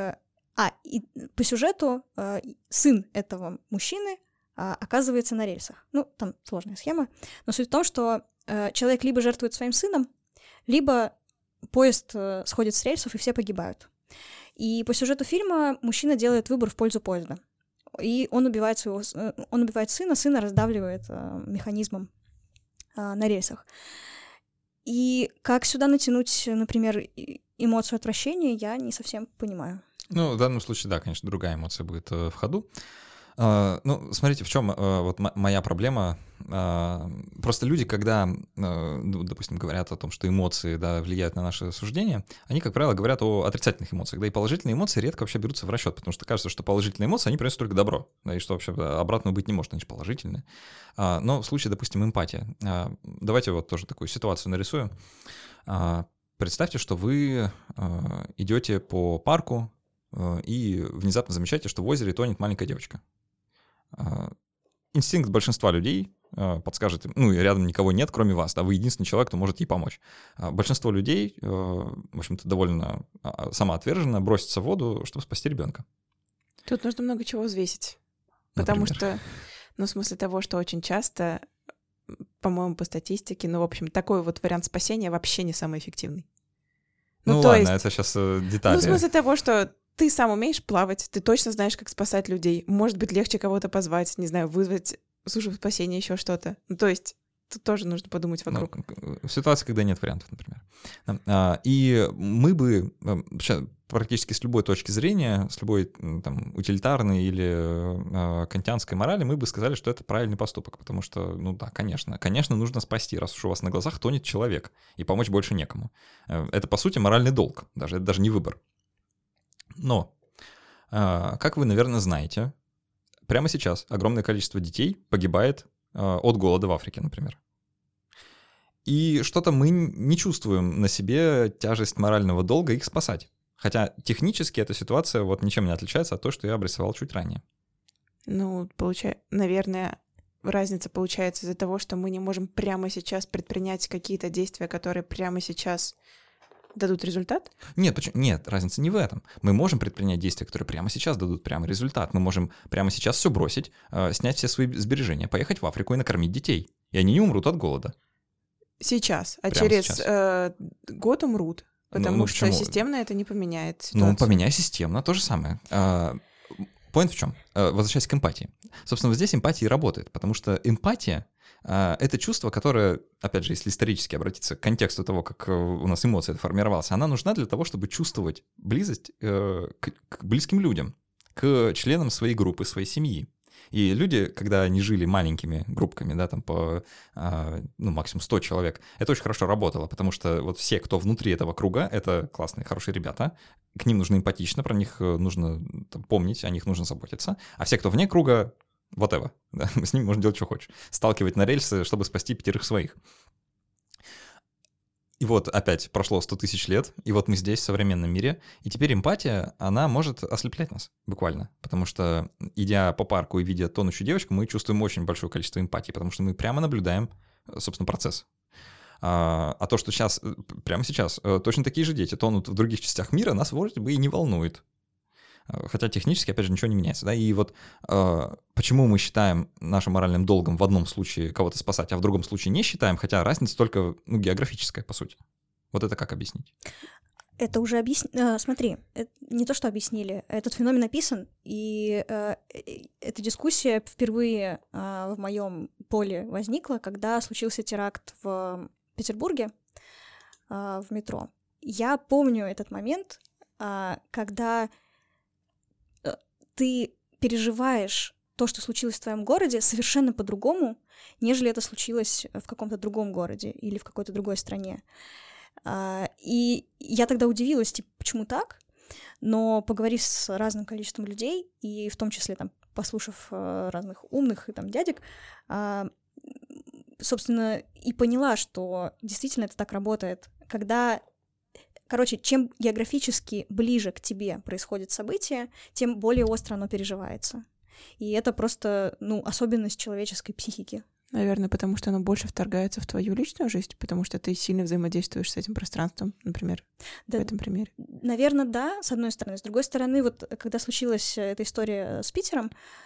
по сюжету сын этого мужчины оказывается на рельсах. Ну, там сложная схема. Но суть в том, что человек либо жертвует своим сыном, либо поезд сходит с рельсов, и все погибают. И по сюжету фильма мужчина делает выбор в пользу поезда. И он убивает сына раздавливает механизмом на рельсах. И как сюда натянуть, например, эмоцию отвращения, я не совсем понимаю. Ну, в данном случае, да, конечно, другая эмоция будет в ходу. Ну, смотрите, в чем вот моя проблема. Просто люди, когда, допустим, говорят о том, что эмоции, да, влияют на наше суждение, они, как правило, говорят о отрицательных эмоциях, да, и положительные эмоции редко вообще берутся в расчет, потому что кажется, что положительные эмоции, они приносят только добро, да, и что вообще обратного быть не может, они же положительные. Но в случае, допустим, эмпатия, давайте вот тоже такую ситуацию нарисую. Представьте, что вы идете по парку и внезапно замечаете, что в озере тонет маленькая девочка. Инстинкт большинства людей подскажет, ну и рядом никого нет, кроме вас, да, вы единственный человек, кто может ей помочь. Большинство людей, в общем-то, довольно самоотверженно бросится в воду, чтобы спасти ребенка. Тут нужно много чего взвесить, потому что, ну, в смысле того, что очень часто, по-моему, по статистике, ну, в общем, такой вот вариант спасения вообще не самый эффективный. Ну, ладно, это сейчас детали. Ну, в смысле того, что ты сам умеешь плавать, ты точно знаешь, как спасать людей. Может быть, легче кого-то позвать, не знаю, вызвать службу спасения, еще что-то. Ну, то есть тут тоже нужно подумать вокруг. В ситуации, когда нет вариантов, например. И мы бы практически с любой точки зрения, с любой там утилитарной или кантианской морали, мы бы сказали, что это правильный поступок, потому что, ну да, конечно, нужно спасти, раз уж у вас на глазах тонет человек, и помочь больше некому. Это, по сути, моральный долг, это даже не выбор. Но, как вы, наверное, знаете, прямо сейчас огромное количество детей погибает от голода в Африке, например. И что-то мы не чувствуем на себе тяжесть морального долга их спасать. Хотя технически эта ситуация вот ничем не отличается от той, что я обрисовал чуть ранее. Ну, наверное, разница получается из-за того, что мы не можем прямо сейчас предпринять какие-то действия, которые прямо сейчас дадут результат? Нет, разница не в этом. Мы можем предпринять действия, которые прямо сейчас дадут прямо результат. Мы можем прямо сейчас все бросить, снять все свои сбережения, поехать в Африку и накормить детей. И они не умрут от голода. Сейчас. А прямо через сейчас. Год умрут. Потому что почему? Системно это не поменяет ситуацию. Ну, поменяй системно, то же самое. Поинт в чем? Возвращаясь к эмпатии. Собственно, вот здесь эмпатия и работает, потому что эмпатия — это чувство, которое, опять же, если исторически обратиться к контексту того, как у нас эмоция формировалась, она нужна для того, чтобы чувствовать близость к близким людям, к членам своей группы, своей семьи. И люди, когда они жили маленькими группками, да, там по, максимум 100 человек, это очень хорошо работало, потому что вот все, кто внутри этого круга, это классные, хорошие ребята, к ним нужно эмпатично, про них нужно там помнить, о них нужно заботиться, а все, кто вне круга, whatever, да, с ними можно делать, что хочешь, сталкивать на рельсы, чтобы спасти 5 своих. И вот опять прошло 100 тысяч лет, и вот мы здесь, в современном мире, и теперь эмпатия, она может ослеплять нас, буквально, потому что, идя по парку и видя тонущую девочку, мы чувствуем очень большое количество эмпатии, потому что мы прямо наблюдаем, собственно, процесс. А то, что прямо сейчас, точно такие же дети тонут в других частях мира, нас вроде бы и не волнует. Хотя технически, опять же, ничего не меняется. Да? И вот почему мы считаем нашим моральным долгом в одном случае кого-то спасать, а в другом случае не считаем, хотя разница только географическая, по сути. Вот это как объяснить? Это уже смотри, не то, что объяснили. Этот феномен описан, и эта дискуссия впервые в моем поле возникла, когда случился теракт в Петербурге в метро. Я помню этот момент, когда ты переживаешь то, что случилось в твоем городе, совершенно по-другому, нежели это случилось в каком-то другом городе или в какой-то другой стране. И я тогда удивилась, типа, почему так? Но поговорив с разным количеством людей, и в том числе там, послушав разных умных и там дядек, собственно, и поняла, что действительно это так работает. Чем географически ближе к тебе происходит событие, тем более остро оно переживается. И это просто, особенность человеческой психики. Наверное, потому что оно больше вторгается в твою личную жизнь, потому что ты сильно взаимодействуешь с этим пространством, например, Да, в этом примере. наверное, да, с одной стороны. С другой стороны, вот когда случилась эта история с Питером,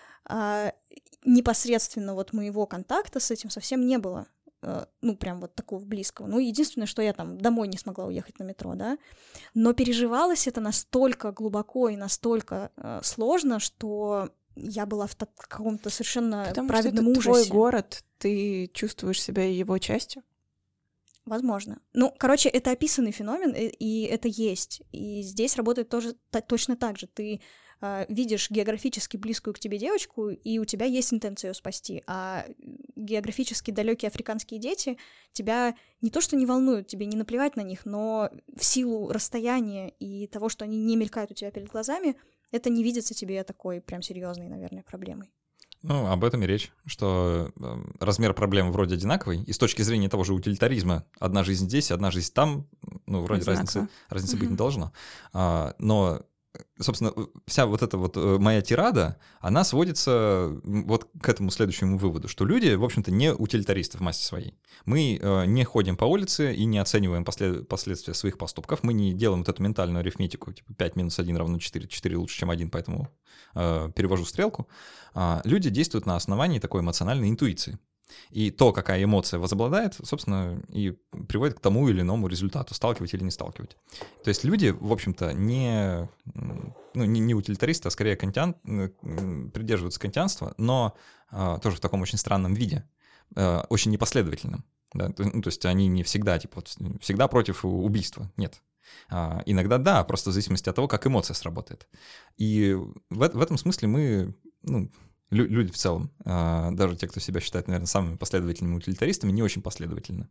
непосредственно вот моего контакта с этим совсем не было. Ну, прям вот такого близкого. Ну, единственное, что я там домой не смогла уехать на метро, да. Но переживалось это настолько глубоко и настолько сложно, что я была в каком-то совершенно Потому праведном что это ужасе. твой город, ты чувствуешь себя его частью. Возможно. Ну, короче, это описанный феномен, и это есть. И здесь работает тоже точно так же. Ты видишь географически близкую к тебе девочку, и у тебя есть интенция ее спасти, а географически далекие африканские дети тебя не то что не волнуют, тебе не наплевать на них, но в силу расстояния и того, что они не мелькают у тебя перед глазами, это не видится тебе такой прям серьезной, наверное, проблемой. Ну, об этом и речь, что размер проблемы вроде одинаковый, и с точки зрения того же утилитаризма одна жизнь здесь, одна жизнь там, ну, вроде разницы быть не должно. Но, собственно, вся вот эта вот моя тирада, она сводится вот к этому следующему выводу, что люди, в общем-то, не утилитаристы в массе своей. Мы не ходим по улице и не оцениваем последствия своих поступков, мы не делаем вот эту ментальную арифметику, типа 5 минус 1 равно 4, 4 лучше, чем 1, поэтому перевожу стрелку. Люди действуют на основании такой эмоциональной интуиции. И то, какая эмоция возобладает, собственно, и приводит к тому или иному результату, сталкивать или не сталкивать. То есть люди, в общем-то, не утилитаристы, а скорее придерживаются кантианства, но тоже в таком очень странном виде, очень непоследовательном. Да? То есть они не всегда, типа, всегда против убийства. Нет. Иногда да, просто в зависимости от того, как эмоция сработает. И в этом смысле мы, люди в целом, даже те, кто себя считает, наверное, самыми последовательными утилитаристами, не очень последовательны.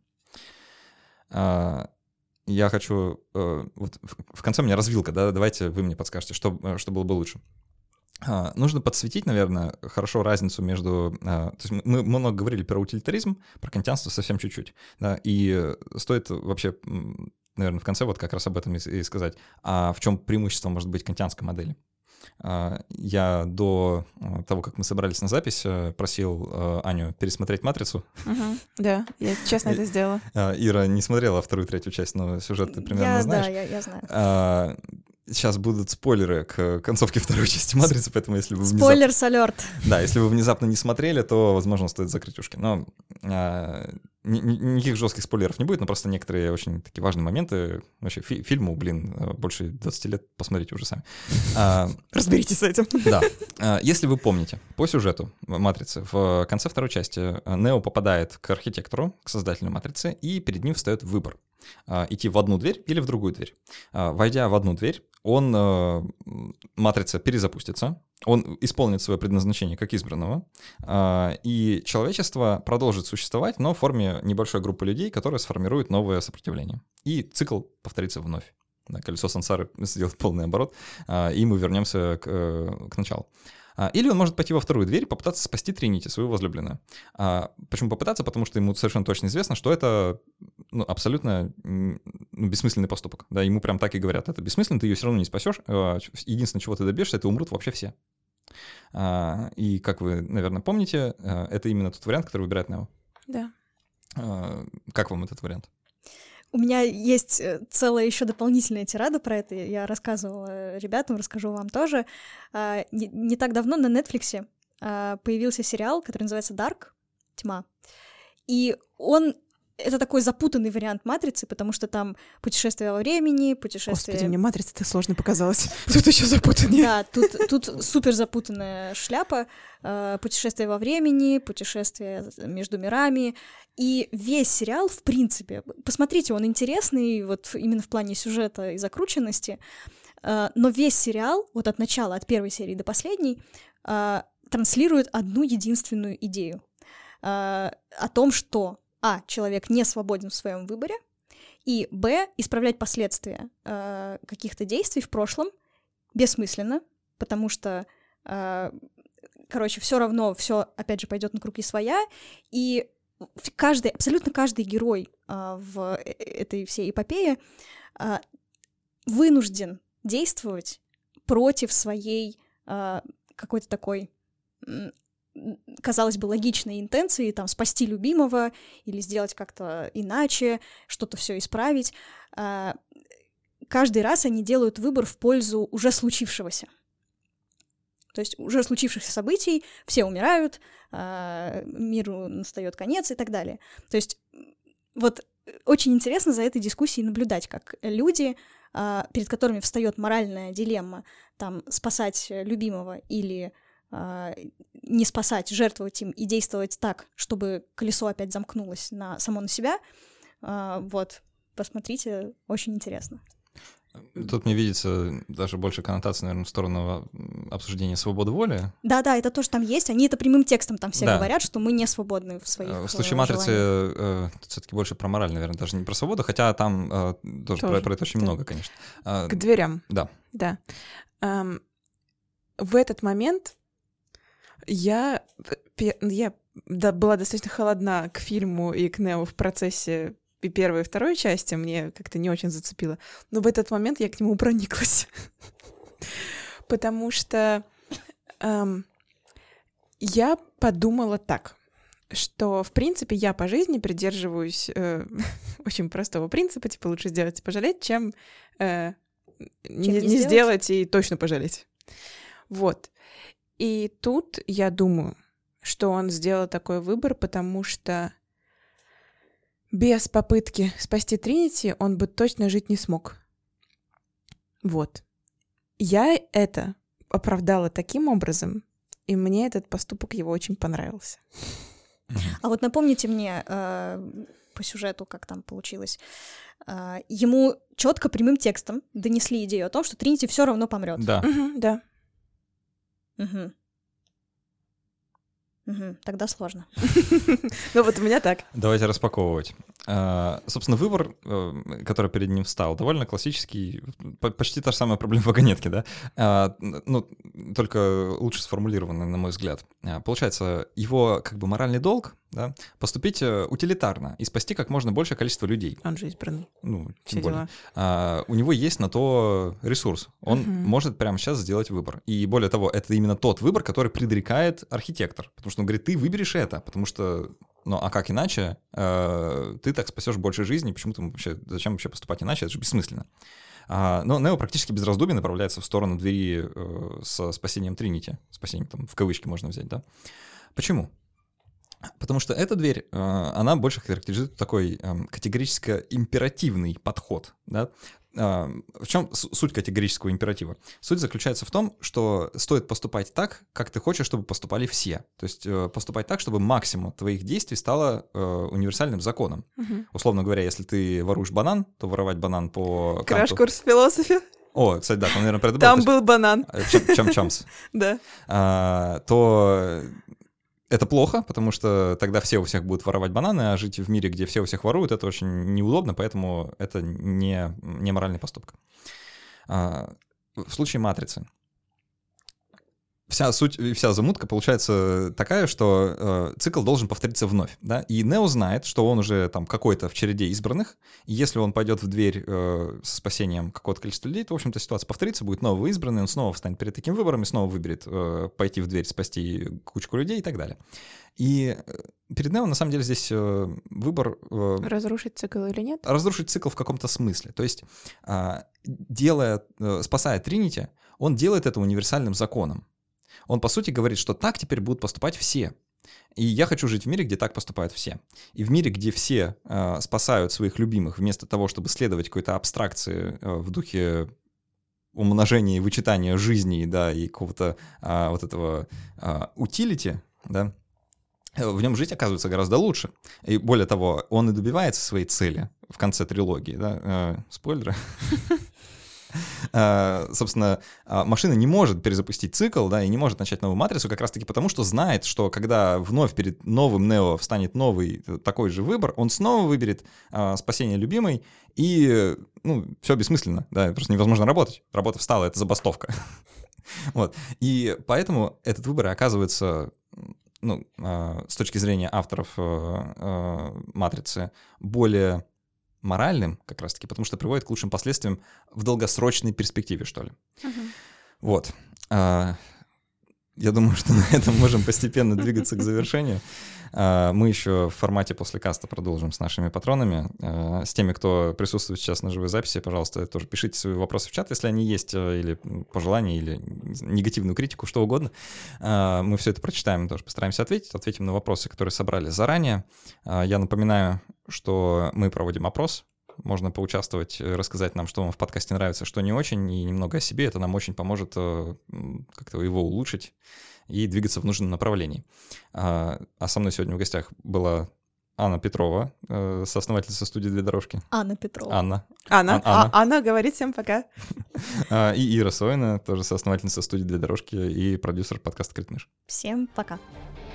Я хочу... Вот в конце у меня развилка, да, давайте вы мне подскажете, что было бы лучше. Нужно подсветить, наверное, хорошо разницу между... То есть мы много говорили про утилитаризм, про кантианство совсем чуть-чуть, да, и стоит вообще... Наверное, в конце вот как раз об этом и сказать. А в чем преимущество может быть кантианской модели? Я до того, как мы собрались на запись, просил Аню пересмотреть «Матрицу». Да, я честно это сделала. Ира не смотрела вторую, третью часть, но сюжет ты примерно знаешь. Да, я знаю. Сейчас будут спойлеры к концовке второй части «Матрицы», поэтому если вы Спойлерс-алерт. Да, если вы внезапно не смотрели, то, возможно, стоит закрыть ушки. Но никаких жестких спойлеров не будет, но просто некоторые очень такие важные моменты. Вообще, фильму, больше 20 лет, посмотрите уже сами. Разберитесь с этим. Да. Если вы помните, по сюжету «Матрицы» в конце второй части Нео попадает к архитектору, к создателю «Матрицы», и перед ним встает выбор. Идти в одну дверь или в другую дверь. Войдя в одну дверь, матрица перезапустится, он исполнит свое предназначение как избранного, и человечество продолжит существовать, но в форме небольшой группы людей, которые сформируют новое сопротивление. И цикл повторится вновь. Колесо сансары сделает полный оборот, и мы вернемся к началу. Или он может пойти во вторую дверь и попытаться спасти Тринити, свою возлюбленную. Почему попытаться? Потому что ему совершенно точно известно, что это абсолютно бессмысленный поступок. Да, ему прям так и говорят, это бессмысленно, ты ее все равно не спасешь. Единственное, чего ты добьешься, это умрут вообще все. И, как вы, наверное, помните, это именно тот вариант, который выбирает Нео. Да. Как вам этот вариант? У меня есть целая еще дополнительная тирада про это. Я рассказывала ребятам, расскажу вам тоже. Не так давно на Netflix появился сериал, который называется «Dark», «Тьма». И это такой запутанный вариант «Матрицы», потому что там путешествие во времени, путешествие... Господи, мне «Матрица»-то сложно показалось. Тут еще запутаннее. Да, тут супер запутанная шляпа. Путешествие во времени, путешествие между мирами. И весь сериал, в принципе, посмотрите, он интересный вот именно в плане сюжета и закрученности, но весь сериал, вот от начала, от первой серии до последней, транслирует одну единственную идею о том, что человек не свободен в своем выборе, и исправлять последствия каких-то действий в прошлом бессмысленно, потому что, все равно все опять же пойдет на круги своя, и абсолютно каждый герой в этой всей эпопее вынужден действовать против своей какой-то такой казалось бы, логичной интенции, там, спасти любимого или сделать как-то иначе, что-то все исправить, каждый раз они делают выбор в пользу уже случившегося. То есть уже случившихся событий, все умирают, миру настает конец и так далее. То есть вот очень интересно за этой дискуссией наблюдать, как люди, перед которыми встает моральная дилемма, там, спасать любимого или не спасать, жертвовать им и действовать так, чтобы колесо опять замкнулось само на себя, вот, посмотрите, очень интересно. Тут мне видится даже больше коннотации, наверное, в сторону обсуждения свободы воли. Да, это тоже там есть. Они это прямым текстом там все говорят, что мы не свободны в своих желаниях. В случае «Матрицы» все-таки больше про мораль, наверное, даже не про свободу, хотя там тоже про это очень много, конечно. К дверям. Да. В этот момент я была достаточно холодна к фильму и к Нео в процессе и первой, и второй части, мне как-то не очень зацепило. Но в этот момент я к нему прониклась. Потому что я подумала так, что, в принципе, я по жизни придерживаюсь очень простого принципа, типа лучше сделать и пожалеть, чем не сделать и точно пожалеть. Вот. И тут я думаю, что он сделал такой выбор, потому что без попытки спасти Тринити он бы точно жить не смог. Вот. Я это оправдала таким образом, и мне этот поступок его очень понравился. А вот напомните мне по сюжету, как там получилось. Ему четко прямым текстом донесли идею о том, что Тринити все равно помрет. Да. Да. Тогда сложно. Ну вот у меня так. Давайте распаковывать. Собственно, выбор, который перед ним встал, довольно классический, почти та же самая проблема вагонетки, да? Ну, только лучше сформулированный, на мой взгляд. Получается, его как бы моральный долг, да, поступить утилитарно и спасти как можно большее количество людей. Он же избранный. Ну, тем более. У него есть на то ресурс. Он может прямо сейчас сделать выбор. И более того, это именно тот выбор, который предрекает архитектор. Потому что он говорит, ты выберешь это, потому что... Ну, а как иначе? Ты так спасешь больше жизни, почему-то вообще, зачем вообще поступать иначе? Это же бессмысленно. Но Нео практически без раздумий направляется в сторону двери со спасением Тринити. Спасением, там, в кавычки можно взять, да? Почему? Потому что эта дверь, она больше характеризует такой категорически-императивный подход, да? В чем суть категорического императива? Суть заключается в том, что стоит поступать так, как ты хочешь, чтобы поступали все. То есть поступать так, чтобы максимум твоих действий стало универсальным законом. Условно говоря, если ты воруешь банан, то воровать банан по канту... Краш-курс философии. О, кстати, да, там, наверное, про это там был банан. Чам-чамс. Да. То... Это плохо, потому что тогда все у всех будут воровать бананы, а жить в мире, где все у всех воруют, это очень неудобно, поэтому это не моральный поступок. В случае «Матрицы» вся суть, вся замутка получается такая, что цикл должен повториться вновь, да, и Нео знает, что он уже там какой-то в череде избранных, и если он пойдет в дверь со спасением какого-то количества людей, то, в общем-то, ситуация повторится, будет новый избранный, он снова встанет перед таким выбором и снова выберет пойти в дверь, спасти кучку людей и так далее. И перед Нео, на самом деле, здесь выбор... Разрушить цикл или нет? Разрушить цикл в каком-то смысле. То есть, спасая Тринити, он делает это универсальным законом. Он, по сути, говорит, что так теперь будут поступать все. И я хочу жить в мире, где так поступают все. И в мире, где все спасают своих любимых вместо того, чтобы следовать какой-то абстракции в духе умножения и вычитания жизней, да, и какого-то вот этого утилити, да, в нем жить, оказывается, гораздо лучше. И более того, он и добивается своей цели в конце трилогии, да, спойлеры. Собственно, машина не может перезапустить цикл, да, и не может начать новую матрицу как раз-таки потому, что знает, что когда вновь перед новым Нео встанет новый такой же выбор, он снова выберет спасение любимой, и, ну, все бессмысленно, да, просто невозможно работать. Работа встала, это забастовка. Вот. И поэтому этот выбор оказывается, ну, с точки зрения авторов «Матрицы», более моральным, как раз-таки, потому что приводит к лучшим последствиям в долгосрочной перспективе, что ли. Вот. я думаю, что на этом можем постепенно двигаться к завершению. Мы еще в формате после каста продолжим с нашими патронами. С теми, кто присутствует сейчас на живой записи, пожалуйста, тоже пишите свои вопросы в чат, если они есть, или пожелания, или негативную критику, что угодно. Мы все это прочитаем, тоже постараемся ответим на вопросы, которые собрали заранее. Я напоминаю, что мы проводим опрос. Можно поучаствовать, рассказать нам, что вам в подкасте нравится, что не очень, и немного о себе. Это нам очень поможет как-то его улучшить и двигаться в нужном направлении. А со мной сегодня в гостях была Анна Петрова, соосновательница студии «Две дорожки». Анна Петрова. Анна говорит всем пока. И Ира Сойна, тоже соосновательница студии «Две дорожки» и продюсер подкаста «Крытмыш». Всем пока.